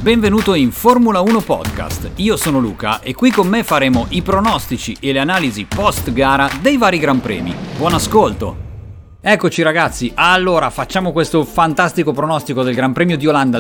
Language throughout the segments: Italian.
Benvenuto in Formula 1 Podcast, io sono Luca e qui con me faremo i pronostici e le analisi post gara dei vari Gran Premi. Buon ascolto! Eccoci ragazzi, allora facciamo questo fantastico pronostico del Gran Premio di Olanda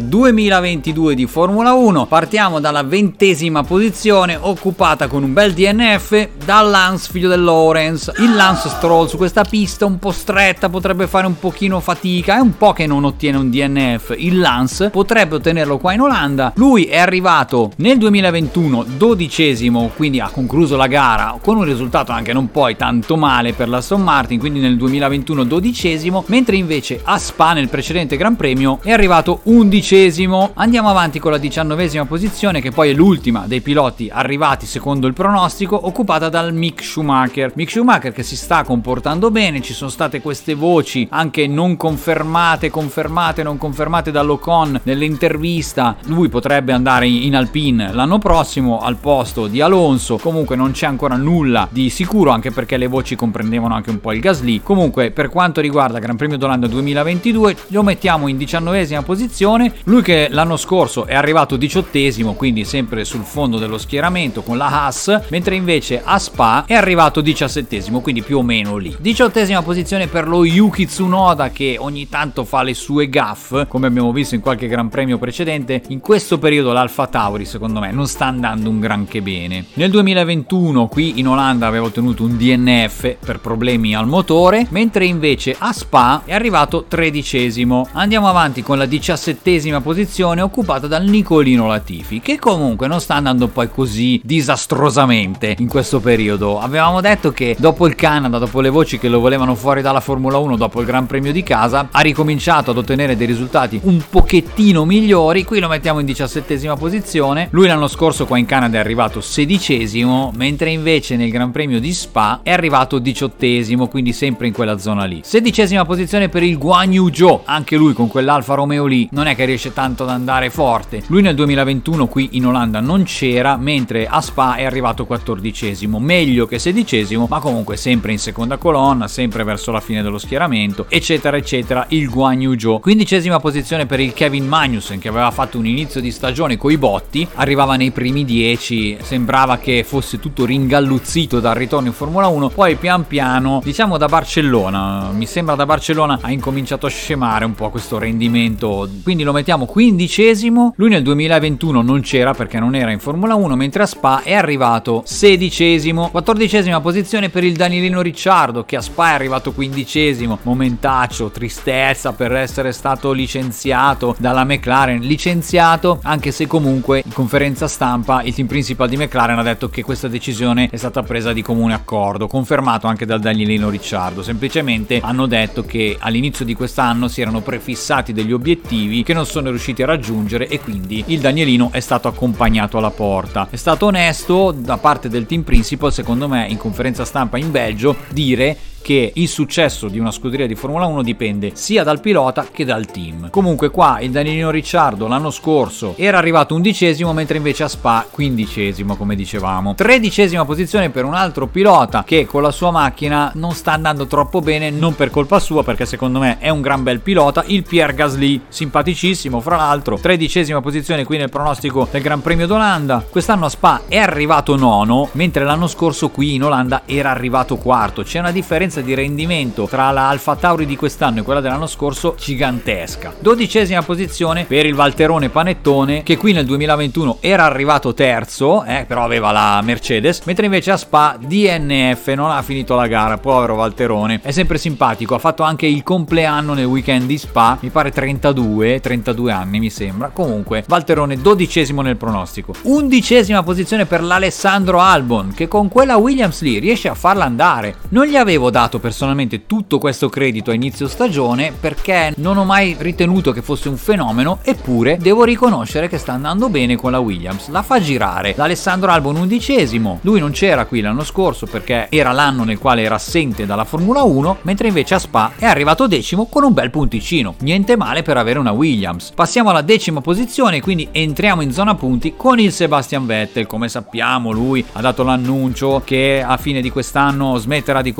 2022 di Formula 1. Partiamo dalla 20ª posizione, occupata con un bel DNF da Lance, figlio del Lawrence. Il Lance Stroll su questa pista un po' stretta potrebbe fare un pochino fatica, è un po' che non ottiene un DNF. Il Lance potrebbe ottenerlo qua in Olanda. Lui è arrivato nel 2021 12esimo, quindi ha concluso la gara con un risultato anche non poi tanto male per la Aston Martin, quindi nel 2021 12esimo, mentre invece a Spa nel precedente Gran Premio è arrivato 11esimo. Andiamo avanti con la 19ª posizione, che poi è l'ultima dei piloti arrivati secondo il pronostico, occupata dal Mick Schumacher. Mick Schumacher che si sta comportando bene, ci sono state queste voci anche non confermate, non confermate dall'Ocon nell'intervista. Lui potrebbe andare in Alpine l'anno prossimo al posto di Alonso, comunque non c'è ancora nulla di sicuro, anche perché le voci comprendevano anche un po' il Gasly. Comunque per quanto riguarda Gran Premio d'Olanda 2022 lo mettiamo in 19ª posizione, lui che l'anno scorso è arrivato 18esimo, quindi sempre sul fondo dello schieramento con la Haas, mentre invece a Spa è arrivato 17esimo, quindi più o meno lì. 18ª posizione per lo Yuki Tsunoda, che ogni tanto fa le sue gaffe, come abbiamo visto in qualche Gran Premio precedente. In questo periodo l'Alfa Tauri secondo me non sta andando un granché bene. Nel 2021 qui in Olanda aveva ottenuto un DNF per problemi al motore, mentre invece a Spa è arrivato 13esimo. Andiamo avanti con la 17ª posizione, occupata dal Nicolino Latifi, che comunque non sta andando poi così disastrosamente in questo periodo. Avevamo detto che dopo il Canada, dopo le voci che lo volevano fuori dalla Formula 1 dopo il Gran Premio di casa, ha ricominciato ad ottenere dei risultati un pochettino migliori. Qui lo mettiamo in 17ª posizione. Lui l'anno scorso qua in Canada è arrivato 16esimo, mentre invece nel Gran Premio di Spa è arrivato 18esimo, quindi sempre in quella zona lì. 16ª posizione per il Guan Yu Zhou, anche lui con quell'Alfa Romeo lì non è che riesce tanto ad andare forte. Lui nel 2021 qui in Olanda non c'era, mentre a Spa è arrivato 14esimo, meglio che 16esimo, ma comunque sempre in seconda colonna, sempre verso la fine dello schieramento, eccetera eccetera, il Guan Yu Zhou. 15ª posizione per il Kevin Magnussen, che aveva fatto un inizio di stagione coi botti, arrivava nei primi 10, sembrava che fosse tutto ringalluzzito dal ritorno in Formula 1, poi pian piano, diciamo da Barcellona, mi sembra da Barcellona ha incominciato a scemare un po' questo rendimento, quindi lo mettiamo 15esimo. Lui nel 2021 non c'era perché non era in Formula 1, mentre a Spa è arrivato 16esimo. 14ª posizione per il Danielino Ricciardo, che a Spa è arrivato 15esimo, momentaccio, tristezza per essere stato licenziato dalla McLaren, licenziato anche se comunque in conferenza stampa il team principal di McLaren ha detto che questa decisione è stata presa di comune accordo, confermato anche dal Danielino Ricciardo. Semplicemente hanno detto che all'inizio di quest'anno si erano prefissati degli obiettivi che non sono riusciti a raggiungere e quindi il Danielino è stato accompagnato alla porta. È stato onesto da parte del team principal, secondo me, in conferenza stampa in Belgio, dire che il successo di una scuderia di Formula 1 dipende sia dal pilota che dal team. Comunque qua il Danielino Ricciardo l'anno scorso era arrivato 11esimo, mentre invece a Spa 15esimo, come dicevamo. 13ª posizione per un altro pilota che con la sua macchina non sta andando troppo bene, non per colpa sua, perché secondo me è un gran bel pilota, il Pierre Gasly, simpaticissimo fra l'altro. 13ª posizione qui nel pronostico del Gran Premio d'Olanda. Quest'anno a Spa è arrivato nono, mentre l'anno scorso qui in Olanda era arrivato quarto. C'è una differenza di rendimento tra la Alfa Tauri di quest'anno e quella dell'anno scorso gigantesca. 12ª posizione per il Valterone Panettone, che qui nel 2021 era arrivato terzo, però aveva la Mercedes, mentre invece a Spa DNF, non ha finito la gara, povero Valterone. È sempre simpatico, ha fatto anche il compleanno nel weekend di Spa, mi pare 32 anni mi sembra. Comunque Valterone 12esimo nel pronostico. 11ª posizione per l'Alessandro Albon, che con quella Williams lì riesce a farla andare. Non gli avevo dato personalmente tutto questo credito a inizio stagione perché non ho mai ritenuto che fosse un fenomeno, eppure devo riconoscere che sta andando bene con la Williams, la fa girare. L'Alessandro Albon 11esimo, lui non c'era qui l'anno scorso perché era l'anno nel quale era assente dalla Formula 1, mentre invece a Spa è arrivato decimo con un bel punticino, niente male per avere una Williams. Passiamo alla 10ª posizione, quindi entriamo in zona punti con il Sebastian Vettel. Come sappiamo lui ha dato l'annuncio che a fine di quest'anno smetterà di correre in Formula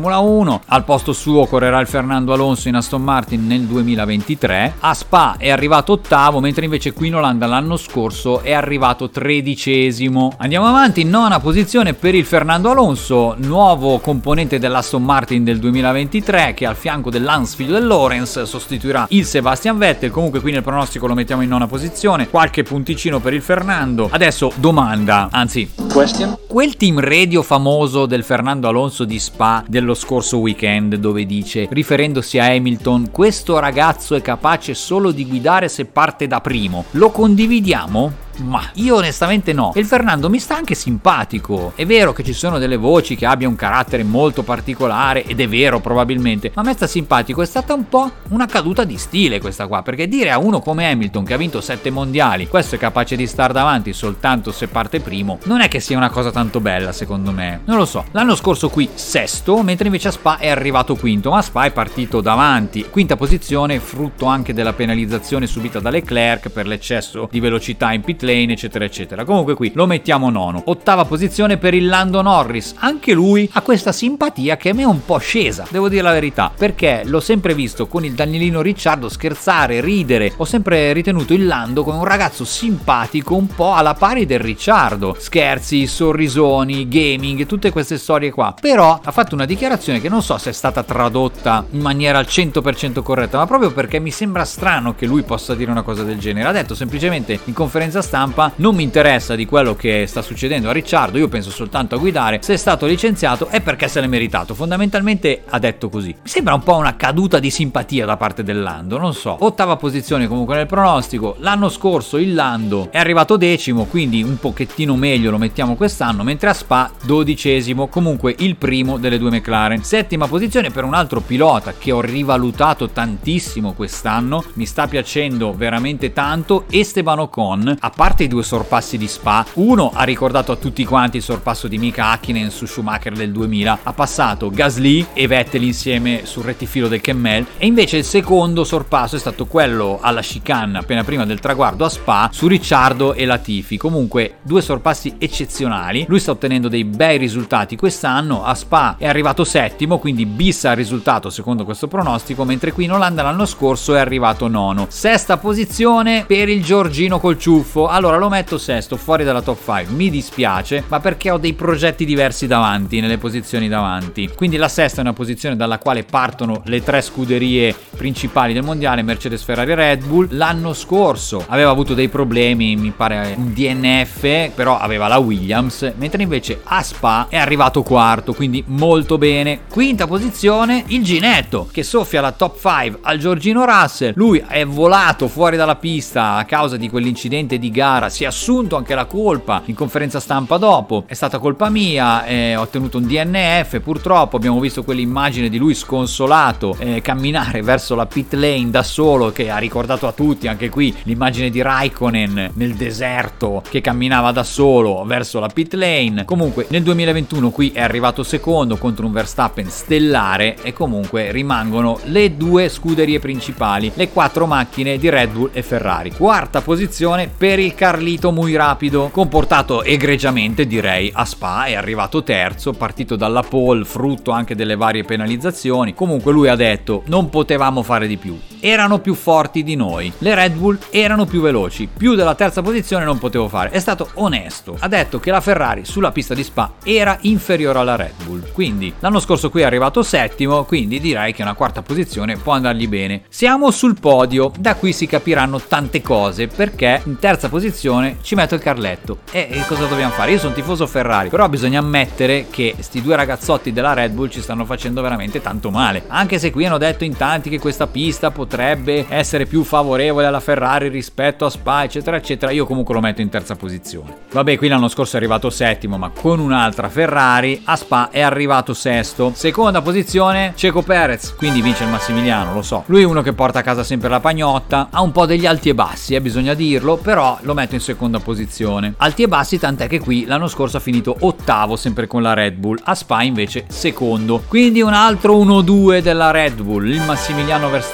Formula 1. Al posto suo correrà il Fernando Alonso in Aston Martin nel 2023. A Spa è arrivato ottavo, mentre invece qui in Olanda l'anno scorso è arrivato 13esimo. Andiamo avanti, nona posizione per il Fernando Alonso, nuovo componente dell'Aston Martin del 2023, che al fianco dell'Hans, figlio del Lorenz, sostituirà il Sebastian Vettel. Comunque qui nel pronostico lo mettiamo in nona posizione, qualche punticino per il Fernando. Adesso domanda, anzi question. Quel team radio famoso del Fernando Alonso di Spa dello scorso weekend, dove dice, riferendosi a Hamilton, questo ragazzo è capace solo di guidare se parte da primo, lo condividiamo? Ma io onestamente no. Il Fernando mi sta anche simpatico. È vero che ci sono delle voci che abbia un carattere molto particolare, ed è vero probabilmente, ma a me sta simpatico. È stata un po' una caduta di stile questa qua, perché dire a uno come Hamilton, che ha vinto 7 mondiali, questo è capace di star davanti soltanto se parte primo, non è che sia una cosa tanto bella secondo me. Non lo so. L'anno scorso qui sesto, mentre invece a Spa è arrivato quinto, ma Spa è partito davanti. Quinta posizione, frutto anche della penalizzazione subita da Leclerc per l'eccesso di velocità in pit lane, eccetera eccetera. Comunque qui lo mettiamo nono. Ottava posizione per il Lando Norris, anche lui ha questa simpatia che a me è un po' scesa, devo dire la verità, perché l'ho sempre visto con il Danielino Ricciardo scherzare, ridere. Ho sempre ritenuto il Lando come un ragazzo simpatico, un po' alla pari del Ricciardo, scherzi, sorrisoni, gaming, tutte queste storie qua. Però ha fatto una dichiarazione che non so se è stata tradotta in maniera al 100% corretta, ma proprio perché mi sembra strano che lui possa dire una cosa del genere. Ha detto semplicemente in conferenza stampa: non mi interessa di quello che sta succedendo a Ricciardo, io penso soltanto a guidare, se è stato licenziato è perché se l'è meritato. Fondamentalmente ha detto così. Mi sembra un po' una caduta di simpatia da parte del Lando, non so. Ottava posizione comunque nel pronostico. L'anno scorso il Lando è arrivato decimo, quindi un pochettino meglio lo mettiamo quest'anno, mentre a Spa 12esimo, comunque il primo delle due McLaren. Settima posizione per un altro pilota che ho rivalutato tantissimo quest'anno, mi sta piacendo veramente tanto, Esteban Ocon. A parte i due sorpassi di Spa, uno ha ricordato a tutti quanti il sorpasso di Mika Häkkinen su Schumacher del 2000, ha passato Gasly e Vettel insieme sul rettifilo del Kemmel, e invece il secondo sorpasso è stato quello alla chicane appena prima del traguardo a Spa su Ricciardo e Latifi. Comunque due sorpassi eccezionali, lui sta ottenendo dei bei risultati quest'anno. A Spa è arrivato settimo, quindi bis al risultato secondo questo pronostico, mentre qui in Olanda l'anno scorso è arrivato nono. Sesta posizione per il Giorgino col ciuffo. Allora lo metto sesto, fuori dalla top 5, mi dispiace, ma perché ho dei progetti diversi davanti, nelle posizioni davanti. Quindi la sesta è una posizione dalla quale partono le tre scuderie principali del mondiale, Mercedes, Ferrari e Red Bull. L'anno scorso aveva avuto dei problemi, mi pare un DNF, però aveva la Williams, mentre invece a Spa è arrivato quarto, quindi molto bene. Quinta posizione il Ginetto, che soffia la top 5 al Giorgino Russell. Lui è volato fuori dalla pista a causa di quell'incidente di gara, si è assunto anche la colpa in conferenza stampa dopo: è stata colpa mia, ho ottenuto un DNF, purtroppo. Abbiamo visto quell'immagine di lui sconsolato camminare verso la pit lane da solo, che ha ricordato a tutti anche qui l'immagine di Raikkonen nel deserto che camminava da solo verso la pit lane. Comunque nel 2021 qui è arrivato secondo contro un Verstappen stellare, e comunque rimangono le due scuderie principali, le quattro macchine di Red Bull e Ferrari. Quarta posizione per il Carlito muy rapido, comportato egregiamente direi a Spa, è arrivato terzo, partito dalla pole, frutto anche delle varie penalizzazioni. Comunque lui ha detto: non potevamo fare di più, erano più forti di noi, le Red Bull erano più veloci, più della terza posizione non potevo fare. È stato onesto, ha detto che la Ferrari sulla pista di Spa era inferiore alla Red Bull. Quindi l'anno scorso qui è arrivato settimo, quindi direi che una quarta posizione può andargli bene. Siamo sul podio, da qui si capiranno tante cose, perché in terza posizione ci metto il Carletto. E cosa dobbiamo fare? Io sono tifoso Ferrari, però bisogna ammettere che sti due ragazzotti della Red Bull ci stanno facendo veramente tanto male, anche se qui hanno detto in tanti che questa pista potrebbe essere più favorevole alla Ferrari rispetto a Spa, eccetera eccetera. Io comunque lo metto in terza posizione. Vabbè, qui l'anno scorso è arrivato settimo, ma con un'altra Ferrari. A Spa è arrivato sesto. Seconda posizione Checo Perez, quindi vince il Massimiliano, lo so. Lui è uno che porta a casa sempre la pagnotta, ha un po' degli alti e bassi, bisogna dirlo, però lo metto in seconda posizione. Alti e bassi, tant'è che qui l'anno scorso ha finito ottavo sempre con la Red Bull, a Spa invece secondo. Quindi un altro 1-2 della Red Bull, il Massimiliano Verstappen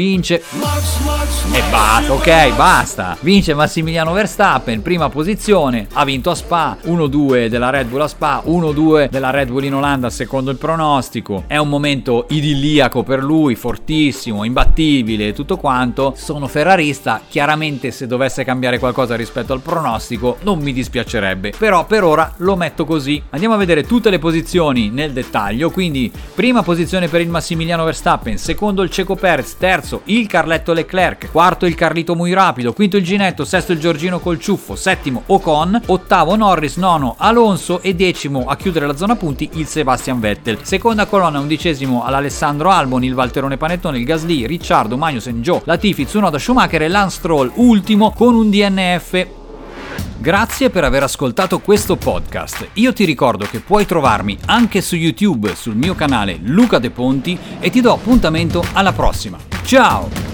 vince e basta, ok, basta. Vince Massimiliano Verstappen, prima posizione, ha vinto a Spa, 1-2 della Red Bull a Spa, 1-2 della Red Bull in Olanda secondo il pronostico. È un momento idilliaco per lui, fortissimo, imbattibile e tutto quanto. Sono ferrarista, chiaramente se dovesse cambiare qualcosa rispetto al pronostico non mi dispiacerebbe, però per ora lo metto così. Andiamo a vedere tutte le posizioni nel dettaglio. Quindi prima posizione per il Massimiliano Verstappen, secondo il Checo Perez, terzo il Carletto Leclerc, quarto il Carlito Muy Rapido, quinto il Ginetto, sesto il Giorgino col ciuffo, settimo Ocon, ottavo Norris, nono Alonso e decimo a chiudere la zona punti il Sebastian Vettel. Seconda colonna, undicesimo all'Alessandro Albon, il Valterone Panettone, il Gasly, Ricciardo, Magnussen, Joe, Latifi, Tsunoda, Schumacher e Lance Stroll ultimo con un DNF. Grazie per aver ascoltato questo podcast. Io ti ricordo che puoi trovarmi anche su YouTube sul mio canale Luca De Ponti e ti do appuntamento alla prossima. Ciao!